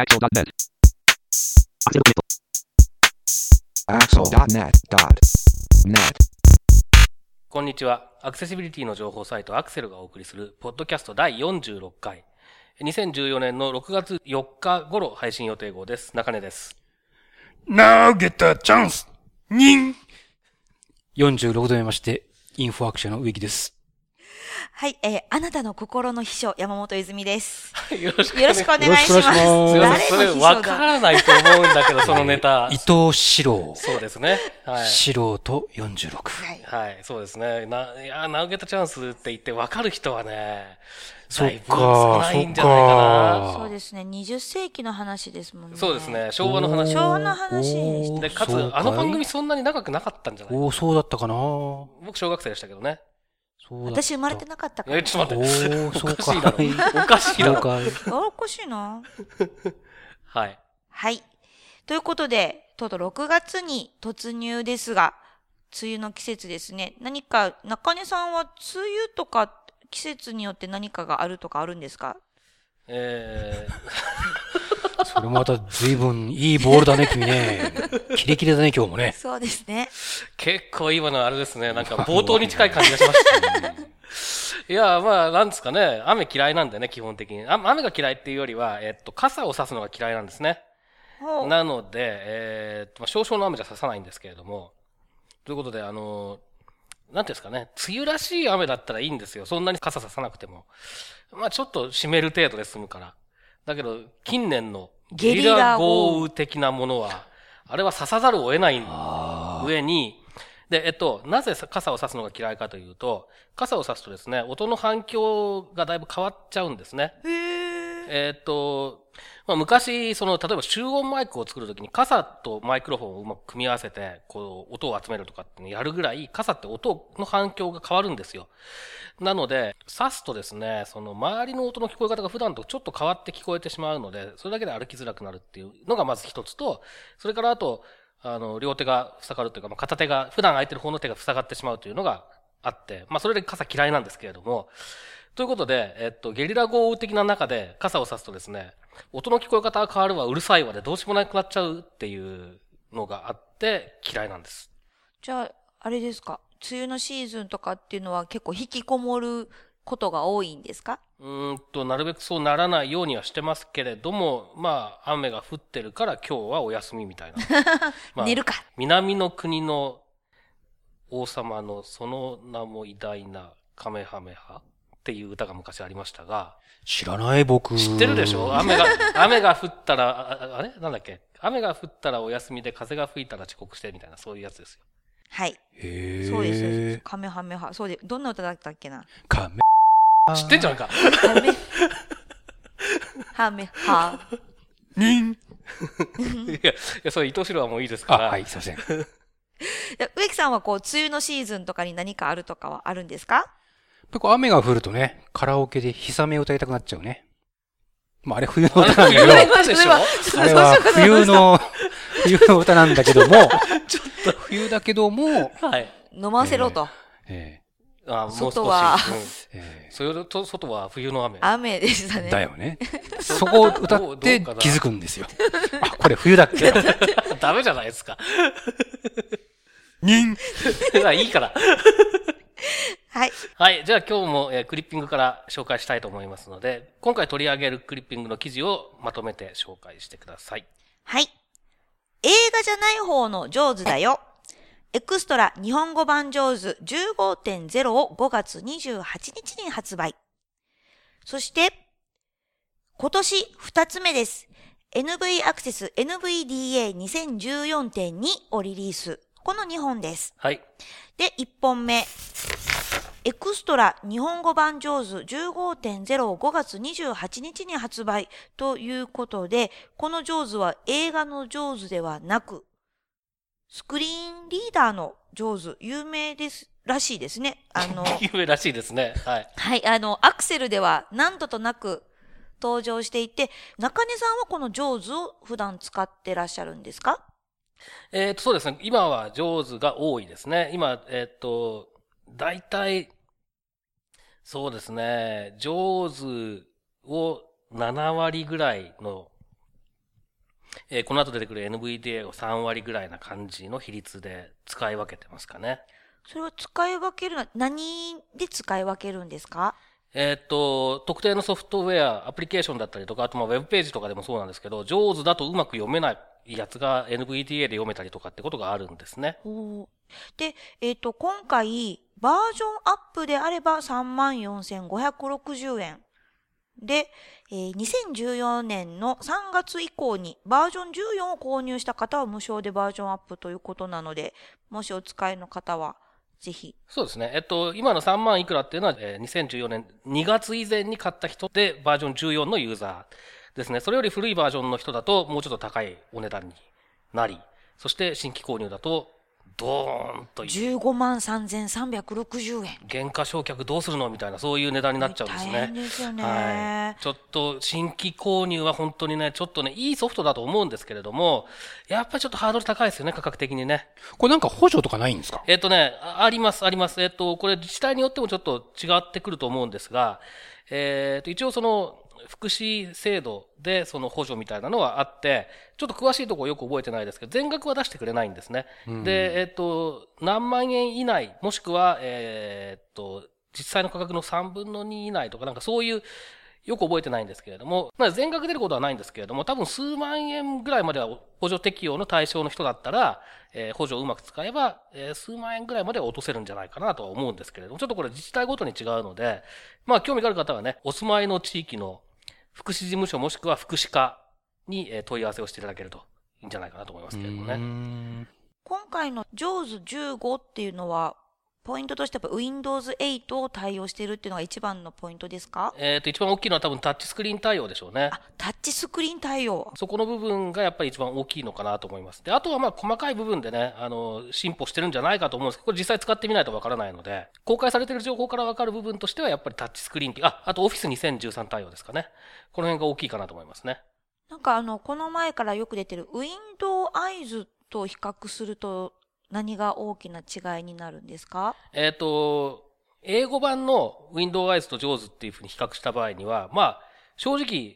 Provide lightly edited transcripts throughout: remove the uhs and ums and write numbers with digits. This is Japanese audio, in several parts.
Axel.net. Axel.net.net こんにちは。アクセシビリティの情報サイトアクセルがお送りするポッドキャスト第46回。2014年の6月4日頃配信予定号です。中根です。 Now get a chance! 46度目まして、インフォアクションの植木です。 はい、あなたの心の秘書、山本泉です。 よろしくお願いします。 すいません、それ分からないと思うんだけど、そのネタ。 伊藤四郎。 そうですね。 はい。四郎と46。 はい、そうですね。ナウゲットチャンスって言って分かる人はね、 そっか、 少ないんじゃないかな。 そうですね。20世紀の話ですもんね。 そうですね。昭和の話。 昭和の話で、かつ、あの番組そんなに長くなかったんじゃないかな。 そうだったかな。 僕、小学生でしたけどね。 私生まれてなかったから。 ちょっと待って。 そうか。 おかしいだろ。おかしいだろ。 おかしいな。 はい。 はい。ということで、とうとう6月に突入ですが、梅雨の季節ですね。何か、中根さんは梅雨とか季節によって何かがあるとかあるんですか？ それもまた随分いいボールだね、君ね。キレキレだね、今日もね。 そうですね。 結構今のあれですね。なんか冒頭に近い感じがしましたね。いや、まあ、なんですかね。雨嫌いなんでね、基本的に。雨が嫌いっていうよりは、傘を差すのが嫌いなんですね。なので、少々の雨じゃ差さないんですけれども。ということで、なんていうんですかね。梅雨らしい雨だったらいいんですよ。そんなに傘差さなくても。まあ、ちょっと湿る程度で済むから。だけど、近年のゲリラ豪雨的なものは、あれは刺さざるを得ない上に、で、なぜ傘を差すのが嫌いかというと、傘を差すとですね、音の反響がだいぶ変わっちゃうんですね。まあ、昔、例えば集音マイクを作るときに傘とマイクロフォンをうまく組み合わせて、こう、音を集めるとかってやるぐらい、傘って音の反響が変わるんですよ。なので、挿すとですね、周りの音の聞こえ方が普段とちょっと変わって聞こえてしまうので、それだけで歩きづらくなるっていうのがまず一つと、それからあと、両手が塞がるというか、まあ、片手が、普段空いてる方の手が塞がってしまうというのがあって、まあ、それで傘嫌いなんですけれども、ということで、ゲリラ豪雨的な中で傘を差すとですね、音の聞こえ方が変わるわ、うるさいわでどうしようもなくなっちゃうっていうのがあって嫌いなんです。 じゃあ、あれですか、梅雨のシーズンとかっていうのは結構引きこもることが多いんですか？ なるべくそうならないようにはしてますけれども、まあ、雨が降ってるから今日はお休みみたいな。まあ、 寝るか。 南の国の王様のその名も偉大なカメハメハっていう歌が昔ありましたが。 知らない僕。 知ってるでしょ？雨が降ったら、あれなんだっけ？雨が降ったらお休みで風が吹いたら遅刻してみたいな、そういうやつですよ。 はい。 へー。 そうです。カメハメハ。そうで、どんな歌だったっけな？ カメ知ってんじゃんか。 カメハメハ。 いや、それ伊藤四郎はもういいですから。 はい、すいません。 植木さんはこう、梅雨のシーズンとかに何かあるとかはあるんですか？ 結構雨が降るとね、カラオケでひさめを歌いたくなっちゃうね。まあ、あれ冬の歌なんだけど、あれは冬の歌なんだけども、ちょっと冬だけども、 はい。 飲ませろと。 もう少し。 外は、 それと外は冬の雨。 雨でしたね。 だよね。そこを歌って気づくんですよ。あ、これ冬だっけダメじゃないですか。いいから。 はい。 はい。じゃあ今日も、クリッピングから紹介したいと思いますので、今回取り上げるクリッピングの記事をまとめて紹介してください。 はい。映画じゃない方のジョーズだよ。エクストラ日本語版ジョーズ 15.0 を5月28日に発売。そして、今年2つ目です。NV アクセス NVDA2014.2 をリリース。この2本です。 はい。 で、1本目。エクストラ日本語版ジョーズ 15.0 を5月28日に発売ということで、このジョーズは映画のジョーズではなく、スクリーンリーダーのジョーズ、有名ですらしいですね。 有名らしいですね。はい。 はい、アクセルでは何度となく登場していて、中根さんはこのジョーズを普段使ってらっしゃるんですか？ そうですね。今はジョーズが多いですね。今、だいたい、そうですね、ジョーズを7割ぐらいのこの後出てくる NVDA を3割ぐらいな感じの比率で使い分けてますかね。 それを使い分けるのは何で使い分けるんですか？ 特定のソフトウェア、アプリケーションだったりとか、あとウェブページとかでもそうなんですけど、上手だとうまく読めないやつが NVDA で読めたりとかってことがあるんですね。 で、今回、バージョンアップであれば34,560円。で、2014年の3月以降にバージョン14を購入した方は無償でバージョンアップということなので、もしお使いの方は、ぜひ。 そうですね。今の3万いくらっていうのは、2014年2月以前に買った人でバージョン14のユーザーですね。それより古いバージョンの人だともうちょっと高いお値段になり、そして新規購入だとドーンという。 153,360円。 原価償却どうするのみたいな、そういう値段になっちゃうんですね。 大変ですよね。 はい。ちょっと新規購入は本当にね、ちょっとね、いいソフトだと思うんですけれども、やっぱりちょっとハードル高いですよね、価格的にね。 これなんか補助とかないんですか？ あります、あります。これ自治体によってもちょっと違ってくると思うんですが、一応その、福祉制度でその補助みたいなのはあって、ちょっと詳しいところよく覚えてないですけど、全額は出してくれないんですね。で、何万円以内、もしくは、実際の価格の3分の2以内とか、なんかそういう、よく覚えてないんですけれども、全額出ることはないんですけれども、多分数万円ぐらいまでは補助適用の対象の人だったら、補助をうまく使えば、数万円ぐらいまでは落とせるんじゃないかなとは思うんですけれども、ちょっとこれ自治体ごとに違うので、興味がある方はね、お住まいの地域の福祉事務所もしくは福祉課に問い合わせをしていただけるといいんじゃないかなと思いますけれどもね。 今回の JAWS 15っていうのは、ポイントとしてやっぱ Windows 8を対応しているっていうのが一番のポイントですか？ 一番大きいのは多分タッチスクリーン対応でしょうね。 タッチスクリーン対応。 そこの部分がやっぱり一番大きいのかなと思います。で、あとは細かい部分でね、進歩してるんじゃないかと思うんですけど、これ実際使ってみないとわからないので、公開されている情報からわかる部分としてはやっぱりタッチスクリーンあと Office 2013対応ですかね。この辺が大きいかなと思いますね。 なんかこの前からよく出てる Windows Eyes と比較すると、何が大きな違いになるんですか？ 英語版の Windows Eyes と JAWS っていうふうに比較した場合には、正直、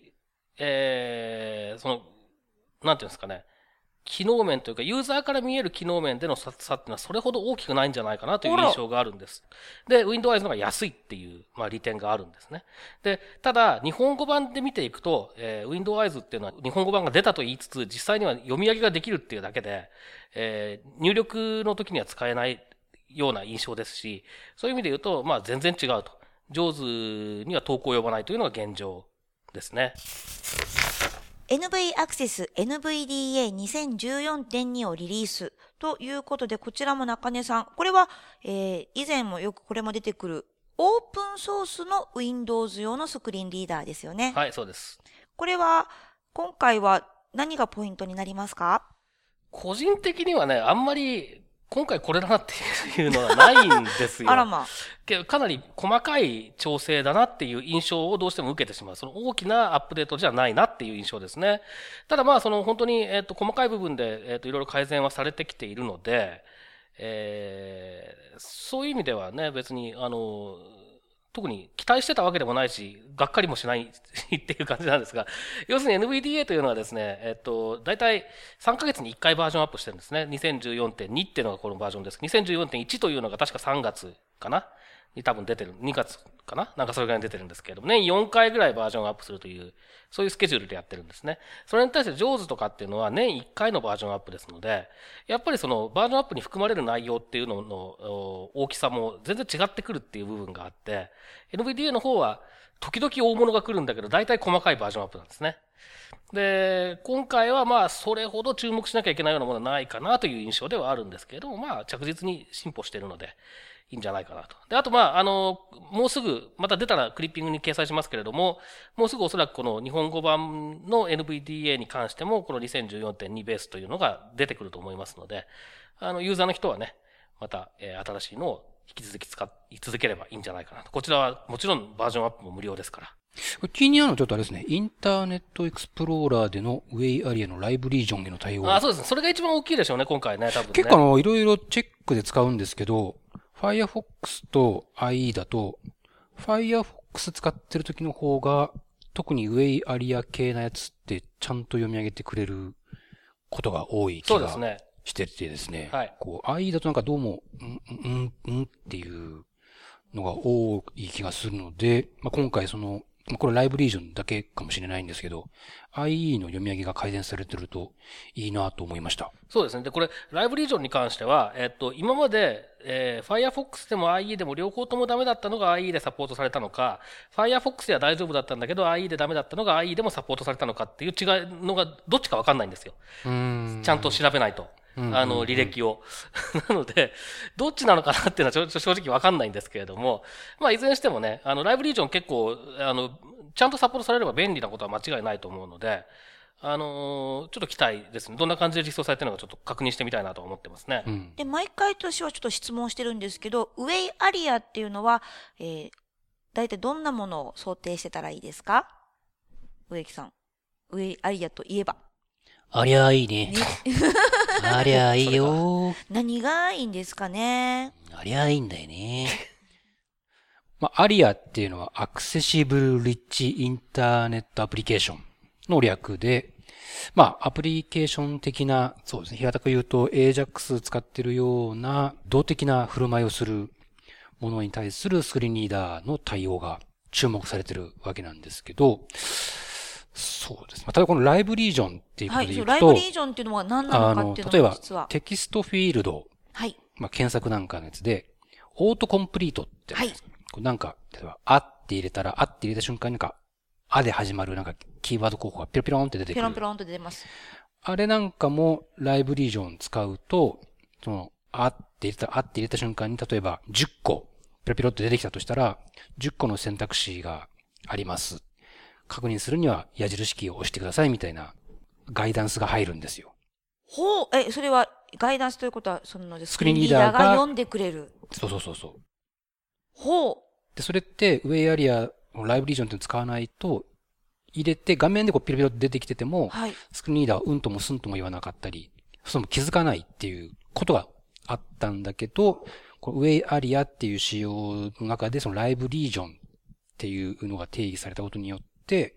なんていうんですかね、機能面というか、ユーザーから見える機能面での差っていうのはそれほど大きくないんじゃないかなという印象があるんです。で、Windows Eyes の方が安いっていう、利点があるんですね。で、ただ、日本語版で見ていくと、Windows Eyes っていうのは日本語版が出たと言いつつ、実際には読み上げができるっていうだけで、入力の時には使えないような印象ですし、そういう意味で言うと、全然違うと。JAWS には投稿を呼ばないというのが現状ですね。 NV アクセス NVDA2014.2 をリリースということで、こちらも中根さん、これは、以前もよくこれも出てくるオープンソースの Windows 用のスクリーンリーダーですよね。 はい、そうです。 これは、今回は何がポイントになりますか？ 個人的にはね、あんまり今回これだなっていうのはないんですよ。 あらま。 かなり細かい調整だなっていう印象をどうしても受けてしまう。その大きなアップデートじゃないなっていう印象ですね。ただ本当に、細かい部分で、いろいろ改善はされてきているので、そういう意味ではね、別に、特に期待してたわけでもないし、がっかりもしないっていう感じなんですが、要するに NVDA というのはですね、だいたい3ヶ月に1回バージョンアップしてるんですね。2014.2 っていうのがこのバージョンです。2014.1 というのが確か3月かなに多分出てる。2月かななんかそれぐらいに出てるんですけれども、年4回ぐらいバージョンアップするという、そういうスケジュールでやってるんですね。それに対して JAWS とかっていうのは年1回のバージョンアップですので、やっぱりそのバージョンアップに含まれる内容っていうのの大きさも全然違ってくるっていう部分があって、NVDA の方は時々大物が来るんだけど、大体細かいバージョンアップなんですね。で、今回はそれほど注目しなきゃいけないようなものはないかなという印象ではあるんですけれども、着実に進歩しているので、いいんじゃないかなと。で、あともうすぐ、また出たらクリッピングに掲載しますけれども、もうすぐおそらくこの日本語版の NVDA に関しても、この 2014.2 ベースというのが出てくると思いますので、ユーザーの人はね、また、新しいのを引き続き使い続ければいいんじゃないかなと。こちらはもちろんバージョンアップも無料ですから。 気になるのはちょっとあれですね、インターネットエクスプローラーでのウェイアリアのライブリージョンへの対応。 そうですね。それが一番大きいでしょうね、今回ね、多分ね。 結構いろいろチェックで使うんですけど、Firefox と IE だと、Firefox 使ってる時の方が、特にウェイアリア系なやつってちゃんと読み上げてくれることが多い気がそうですね。 しててですね。 はい。 こう、IE だとなんかどうも、っていうのが多い気がするので、まあ、今回これライブリージョンだけかもしれないんですけど、IE の読み上げが改善されてるといいなと思いました。 そうですね。で、これ、ライブリージョンに関しては、今まで、Firefox でも IE でも両方ともダメだったのが IE でサポートされたのか、Firefox では大丈夫だったんだけど IE でダメだったのが IE でもサポートされたのかっていう違いのがどっちかわかんないんですよ。ちゃんと調べないと。履歴を。なので、どっちなのかなっていうのは正直わかんないんですけれども、まあ、いずれにしてもね、ライブリージョン結構、ちゃんとサポートされれば便利なことは間違いないと思うので、ちょっと期待ですね。どんな感じで実装されてるのかちょっと確認してみたいなと思ってますね。 で、毎回私はちょっと質問してるんですけど、ウェイアリアっていうのは、大体どんなものを想定してたらいいですか？植木さん。ウェイアリアといえば。 ありゃあいいね。ありゃあいいよ。 何がいいんですかね？ ありゃあいいんだよね。まあ、アリアっていうのはアクセシブルリッチインターネットアプリケーションの略で、まあ、アプリケーション的な、そうですね、平たく言うと AJAX 使ってるような動的な振る舞いをするものに対するスクリーンリーダーの対応が注目されてるわけなんですけど、そうです。まあ、ただこのライブリージョンっていうことで言うと、 ライブリージョンっていうのは何なのかっていうのが実は。 例えばテキストフィールド、 はい。 まあ、検索なんかのやつで、オートコンプリートってあるんです。これなんか、例えば、あって入れたら、あって入れた瞬間になんか、あで始まるなんかキーワード候補がピロピロンって出てくる。 ピロンピロンって出ます。 あれなんかもライブリージョン使うと、あって入れた瞬間に、例えば10個、ピロピロって出てきたとしたら、10個の選択肢があります。確認するには矢印キーを押してくださいみたいなガイダンスが入るんですよ。 ほう、それはガイダンスということは、スクリーンリーダーが読んでくれる。 そう。 ほう。 で、それって、ウェイアリアのライブリージョンって使わないと、入れて画面でこうピロピロって出てきてても、はい、スクリーンリーダーはうんともすんとも言わなかったり、その気づかないっていうことがあったんだけど、このウェイアリアっていう仕様の中でそのライブリージョンっていうのが定義されたことによって、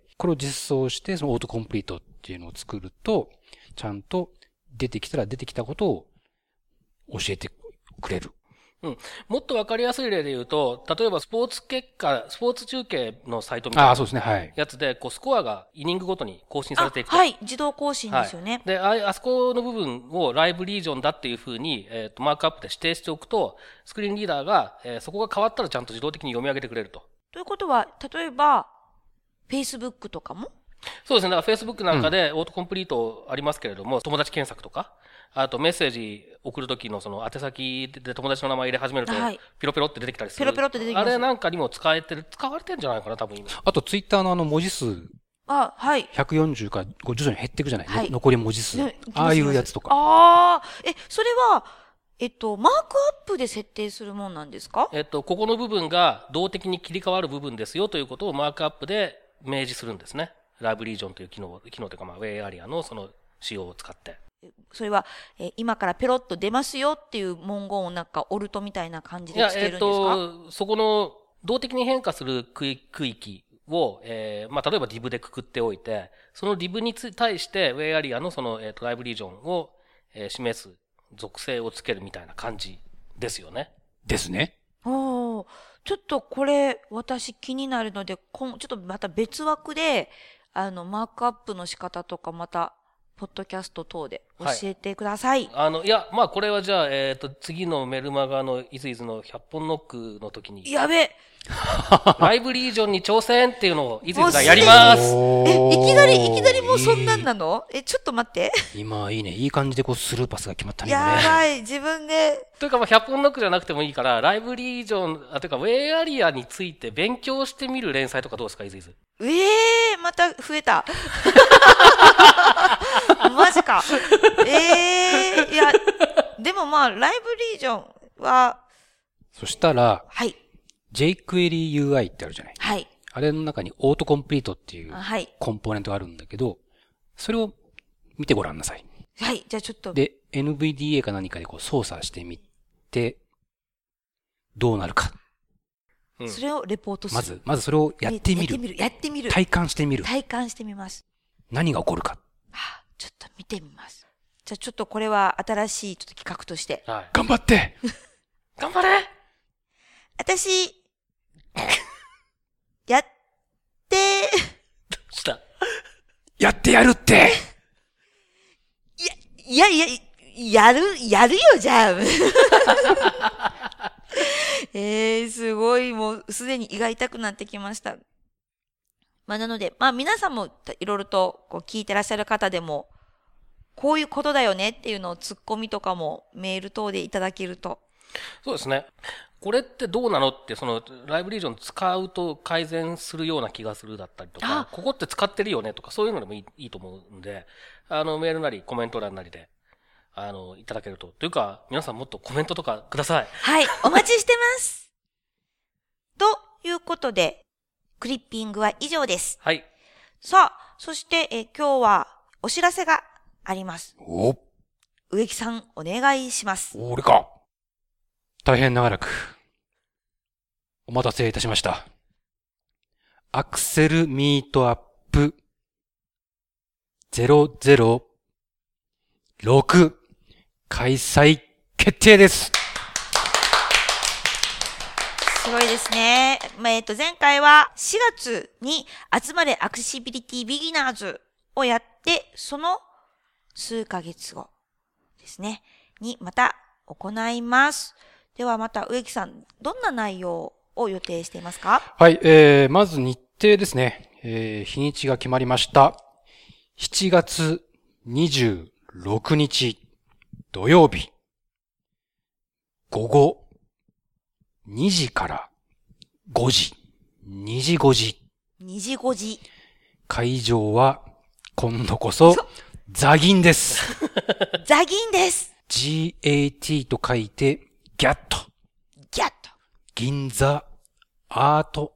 これを実装してそのオートコンプリートっていうのを作ると、ちゃんと出てきたら出てきたことを教えてくれる。 もっとわかりやすい例で言うと、例えばスポーツ中継のサイトみたいなやつで、こうスコアがイニングごとに更新されていくと。 はい、自動更新ですよね。 で、あそこの部分をライブリージョンだっていうふうに、マークアップで指定しておくと、スクリーンリーダーが、そこが変わったらちゃんと自動的に読み上げてくれると。 ということは、例えば、Facebook とかも？ そうですね。だから Facebook なんかでオートコンプリートありますけれども、友達検索とか、あとメッセージ送るときのその宛先で友達の名前入れ始めると、ピロピロって出てきたりする。 ピロピロって出てきます。 あれなんかにも使われてるんじゃないかな、多分今。 あとツイッターの文字数。 はい。 140から徐々に減っていくじゃない、はい、残り文字数。ああいうやつとか。 それは、マークアップで設定するもんなんですか？ ここの部分が動的に切り替わる部分ですよということをマークアップで明示するんですね。ライブリージョンという機能というか、ウェイアリアのその仕様を使って。 それは、今からペロッと出ますよっていう文言をなんかオルトみたいな感じでつけるんですか？ そこの動的に変化する区域を、例えば div でくくっておいて、その div に対してウェイアリアのその、ライブリージョンを、示す属性をつけるみたいな感じですよね。 ですね。 ちょっとこれ私気になるので、ちょっとまた別枠で、マークアップの仕方とかまた、ポッドキャスト等で教えてください。 これはじゃあ、次のメルマガのイズイズの100本ノックの時に。 やべライブリージョンに挑戦っていうのをイズイズがやります。 いきなりもうそんなんなの？ちょっと待って。 今いいね。いい感じでこうスルーパスが決まったね。 やばい。自分で。 というか100本ノックじゃなくてもいいから、ライブリージョン、というかウェイアリアについて勉強してみる連載とかどうですか、イズイズ。 また増えた。マジか。いや、でもまあ、ライブリージョンは、 そしたら、 はい。 jQuery UI ってあるじゃない。 はい。 あれの中にオートコンプリートっていうコンポーネントがあるんだけど、それを見てごらんなさい。 はい。じゃあちょっと。 で、NVDA か何かでこう操作してみて、どうなるか。 それをレポートする。 まずそれをやってみる。体感してみる。 体感してみます。 何が起こるか。 ちょっと見てみます。 じゃあちょっとこれは新しいちょっと企画として。 はい。 頑張って頑張れ私、やって、 どうしたやってやるってやるよ、じゃあ。すごい、もうすでに胃が痛くなってきました。まあなので、まあ皆さんもいろいろとこう聞いてらっしゃる方でも、こういうことだよねっていうのをツッコミとかもメール等でいただけると。 そうですね。これってどうなのって、ライブリージョン使うと改善するような気がするだったりとか、ここって使ってるよねとか、そういうのでもいいと思うんで、メールなりコメント欄なりで、いただけると。というか、皆さんもっとコメントとかください。 はい、お待ちしてます。ということで、クリッピングは以上です。 はい。 さあ、そして、今日はお知らせがあります。植木さん、お願いします。 俺か。大変長らく、お待たせいたしました。アクセルミートアップ006開催決定です。 すごいですね。前回は4月に集まれアクセシビリティビギナーズをやって、その数ヶ月後ですね、にまた行います。ではまた植木さん、どんな内容を予定していますか？ はい、まず日程ですね。日にちが決まりました。7月26日土曜日午後2時から5時、2時5時。 2時5時。 会場は今度こそザギンです。 ザギンです。 GAT と書いてギャット。 ギャット。 銀座アート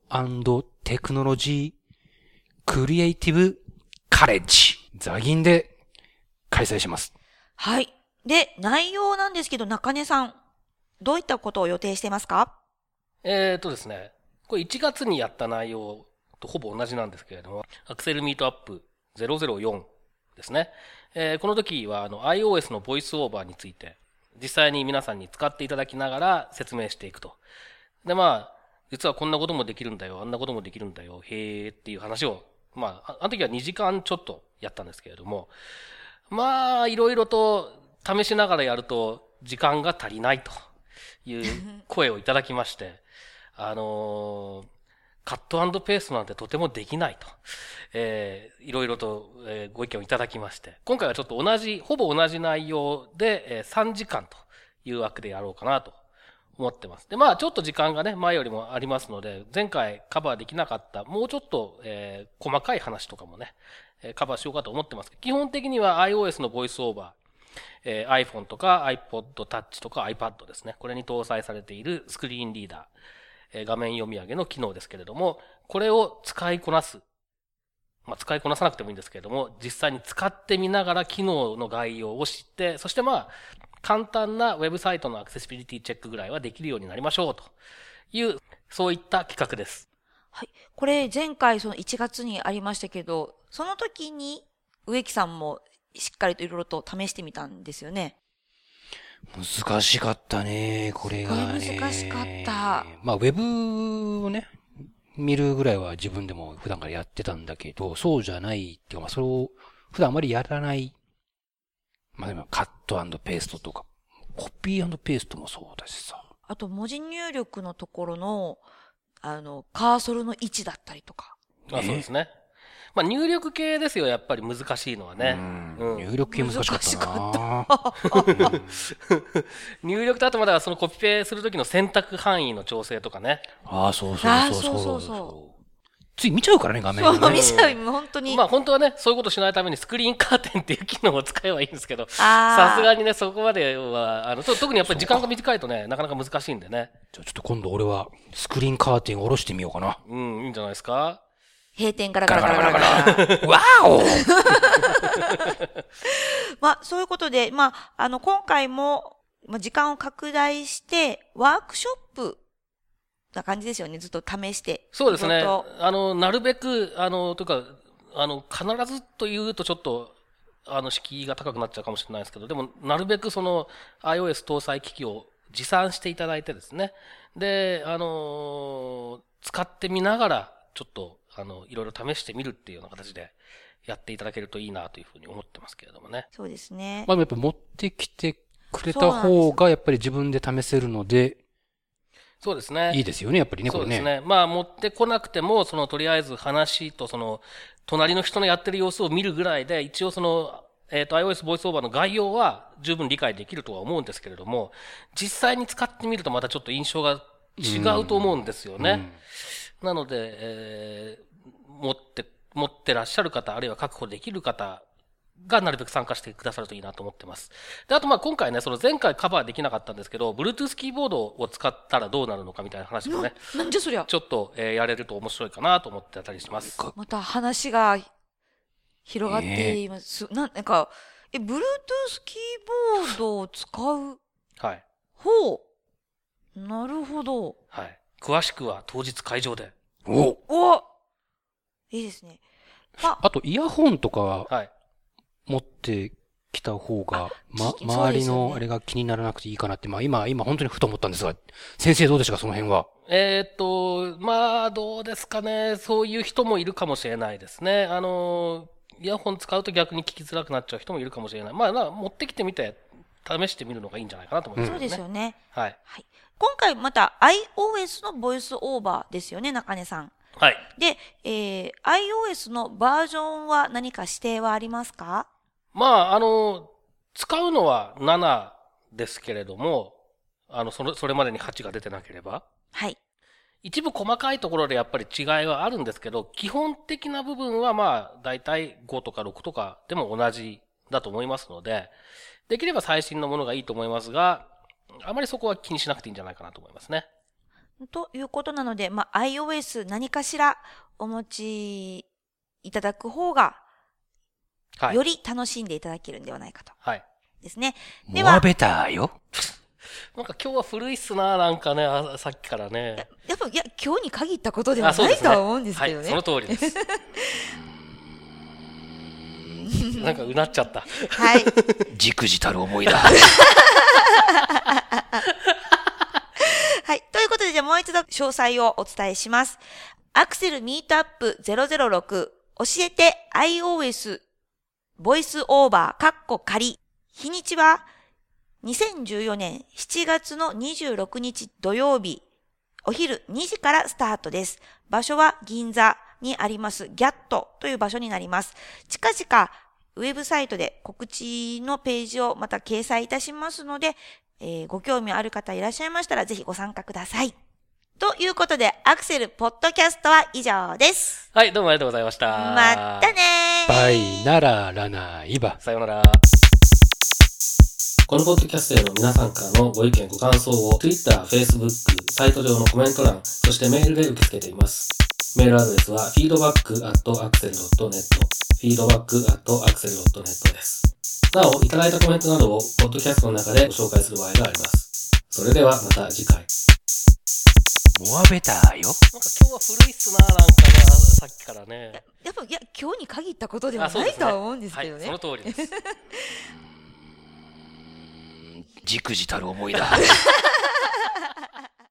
&テクノロジークリエイティブカレッジザギンで開催します。 はい。で、内容なんですけど、中根さん、どういったことを予定していますか？ ですね。これ1月にやった内容とほぼ同じなんですけれども、アクセルミートアップ004ですね。この時はiOS のボイスオーバーについて、実際に皆さんに使っていただきながら説明していくと。で、実はこんなこともできるんだよ、あんなこともできるんだよ、へーっていう話を、あの時は2時間ちょっとやったんですけれども、いろいろと試しながらやると時間が足りないという声をいただきまして、カット&ペーストなんてとてもできないと、いろいろと、ご意見をいただきまして、今回はちょっとほぼ同じ内容で、3時間という枠でやろうかなと思ってます。で、ちょっと時間がね、前よりもありますので、前回カバーできなかった、もうちょっと、細かい話とかもね、カバーしようかと思ってます。基本的には iOS のボイスオーバー、iPhone とか iPod Touch とか iPad ですね。これに搭載されているスクリーンリーダー、画面読み上げの機能ですけれども、これを使いこなす。使いこなさなくてもいいんですけれども、実際に使ってみながら機能の概要を知って、そして簡単なウェブサイトのアクセシビリティチェックぐらいはできるようになりましょうという、そういった企画です。 はい。これ前回その1月にありましたけど、その時に植木さんもしっかりといろいろと試してみたんですよね。 難しかったね、これがね。 難しかった。 ウェブをね、見るぐらいは自分でも普段からやってたんだけど、そうじゃないっていうか、それを普段あまりやらない。でもカット&ペーストとか、コピー&ペーストもそうだしさ。 あと文字入力のところの、カーソルの位置だったりとか。 そうですね。入力系ですよ、やっぱり難しいのはね。 入力系難しかったな。 入力とあとまだそのコピペするときの選択範囲の調整とかね。 そう。つい見ちゃうからね、画面をね。 見ちゃう、本当に。 本当はね、そういうことしないためにスクリーンカーテンっていう機能を使えばいいんですけど、さすがにね、そこまでは、特にやっぱり時間が短いとね、なかなか難しいんでね。 じゃあちょっと今度俺はスクリーンカーテンを下ろしてみようかな。 いいんじゃないですか。 閉店ガラガラガラガラガラ。 わおそういうことで、今回も、時間を拡大して、ワークショップな感じですよね。ずっと試して。 そうですね。なるべく、というか、必ずというとちょっと、 敷居が高くなっちゃうかもしれないですけど、でも、なるべくその iOS 搭載機器を持参していただいてですね。で、使ってみながら、ちょっと、いろいろ試してみるっていうような形でやっていただけるといいなというふうに思ってますけれどもね。 そうですね。 まあ、やっぱ持ってきてくれた方が、やっぱり自分で試せるので、 そうですね。 いいですよね、やっぱりね、これね。 そうですね。まあ、持ってこなくても、とりあえず話と、隣の人のやってる様子を見るぐらいで、一応iOS ボイスオーバーの概要は十分理解できるとは思うんですけれども、実際に使ってみるとまたちょっと印象が違うと思うんですよね。なので、持ってらっしゃる方、あるいは確保できる方がなるべく参加してくださるといいなと思ってます。で、あと今回ね、前回カバーできなかったんですけど、Bluetooth キーボードを使ったらどうなるのかみたいな話もね、 なんじゃそりゃ。 ちょっと、やれると面白いかなと思ってたりします。 また話が広がっています。なんか、Bluetooth キーボードを使うはい。 方。なるほど。 はい。詳しくは当日会場で。 おいいですね。 あと、イヤホンとかは、 はい。 持ってきた方が、 そうですよね周りのあれが気にならなくていいかなって、今本当にふと思ったんですが、先生どうでしたか、その辺は。 どうですかね。そういう人もいるかもしれないですね。イヤホン使うと逆に聞きづらくなっちゃう人もいるかもしれない。持ってきてみて、試してみるのがいいんじゃないかなと思いますね。 そうですよね。 はい。 はい。今回また iOS のボイスオーバーですよね、中根さん。 はい。 で、iOS のバージョンは何か指定はありますか？ 使うのは7ですけれども、それまでに8が出てなければ。 はい。 一部細かいところでやっぱり違いはあるんですけど、基本的な部分はだいたい5とか6とかでも同じだと思いますので、できれば最新のものがいいと思いますが、あまりそこは気にしなくていいんじゃないかなと思いますね。 ということなので、iOS 何かしらお持ちいただく方が、 はい。 より楽しんでいただけるんではないかと。 はい。 ですね。では、 モアベターよ。 なんか今日は古いっすな、なんかね、さっきからね。 やっぱ、今日に限ったことではないとは思うんですけどね。 はい、その通りです。なんかうなっちゃった。 はい。 じくじたる思いだ。 はい。ということで、じゃあもう一度詳細をお伝えします。アクセルミートアップ006教えて iOS ボイスオーバー仮。日にちは2014年7月の26日土曜日お昼2時からスタートです。場所は銀座にありますギャットという場所になります。近々ウェブサイトで告知のページをまた掲載いたしますので、ご興味ある方いらっしゃいましたらぜひご参加ください。ということで、アクセルポッドキャストは以上です。 はい、どうもありがとうございました。 またねー。 バイなららないば。 さようなら。このポッドキャストへの皆さんからのご意見ご感想を Twitter、Facebook、サイト上のコメント欄、そしてメールで受け付けています。メールアドレスは feedback@axel.net feedback@axel.net です。なお、いただいたコメントなどをポッドキャストの中でご紹介する場合があります。それではまた次回。 モアベターよ。 なんか今日は古いっすな、なんかね、さっきからね。 やっぱ、今日に限ったことではないとは思うんですけどね。 はい、その通りです。 じくじたる思いだ。